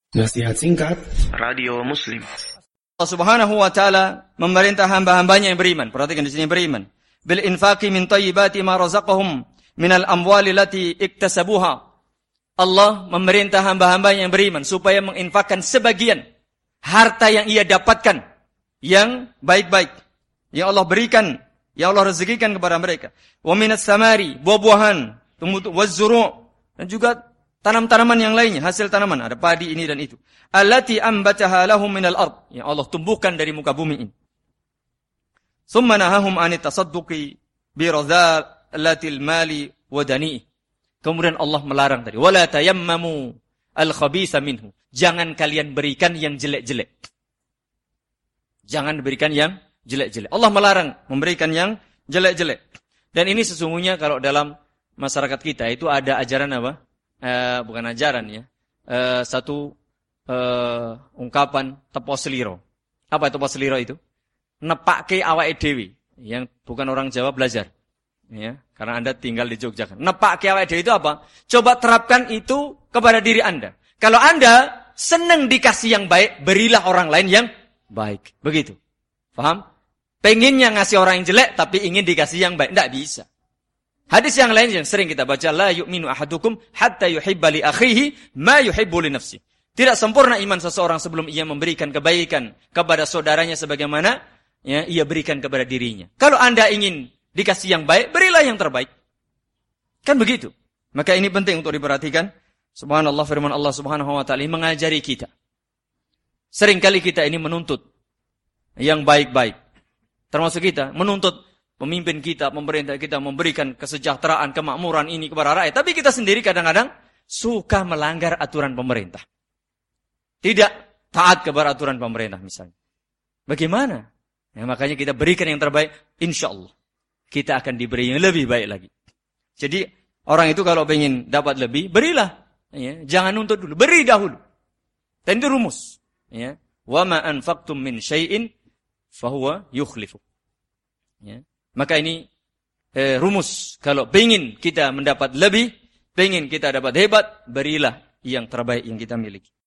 Nasihat singkat Radio Muslim. Allah Subhanahu wa taala memerintah hamba-hambanya yang beriman. Perhatikan di sini beriman. Bil infaqi min thayyibati ma razaqahum minal amwali lati iktasabuha. Allah memerintah hamba-hambanya yang beriman supaya menginfakkan sebagian harta yang ia dapatkan yang baik-baik, yang Allah berikan, yang Allah rezekikan kepada mereka. Wa minas samari, buah-buahan, waz-zuru' dan juga tanam-tanaman yang lainnya, hasil tanaman, ada padi ini dan itu. Allati ambataha lahum minal ard, yang Allah tumbuhkan dari muka bumi ini. Tsumma nahahum an tasadduqi bi radhalatil mali wa dani'i. Kemudian Allah melarang tadi, wala tayammamu al-khabitha minhu. Jangan kalian berikan yang jelek-jelek. Jangan berikan yang jelek-jelek. Allah melarang memberikan yang jelek-jelek. Dan ini sesungguhnya kalau dalam masyarakat kita itu ada ajaran apa? Bukan ajaran ya. Satu ungkapan tepo seliro. Apa itu tepo seliro itu? Nepake awake dhewe. Yang bukan orang Jawa belajar. Ya, karena Anda tinggal di Jogja. Nepake awake dhewe itu apa? Coba terapkan itu kepada diri Anda. Kalau Anda senang dikasih yang baik, berilah orang lain yang baik. Begitu. Paham? Pengennya ngasih orang yang jelek tapi ingin dikasih yang baik, enggak bisa. Hadis yang lain yang sering kita baca, la yu'minu ahadukum hatta yuhibba li akhihi ma yuhibbu li nafsihi. Tidak sempurna iman seseorang sebelum ia memberikan kebaikan kepada saudaranya sebagaimana ya, ia berikan kepada dirinya. Kalau Anda ingin dikasih yang baik, berilah yang terbaik. Kan begitu. Maka ini penting untuk diperhatikan. Subhanallah, firman Allah Subhanahu wa taala mengajari kita. Seringkali kita ini menuntut yang baik-baik. Termasuk kita menuntut pemimpin kita, pemerintah kita memberikan kesejahteraan, kemakmuran ini kepada rakyat. Tapi kita sendiri kadang-kadang suka melanggar aturan pemerintah. Tidak taat kepada aturan pemerintah misalnya. Bagaimana? Ya, makanya kita berikan yang terbaik, insya Allah. Kita akan diberi yang lebih baik lagi. Jadi orang itu kalau ingin dapat lebih, berilah. Ya, jangan nuntut dulu, beri dahulu. Dan itu rumus. Ya. Wa ma anfaqtum min syai'in fahuwa yukhlifu. Ya. Maka ini rumus. Kalau ingin kita mendapat lebih, ingin kita dapat hebat, berilah yang terbaik yang kita miliki.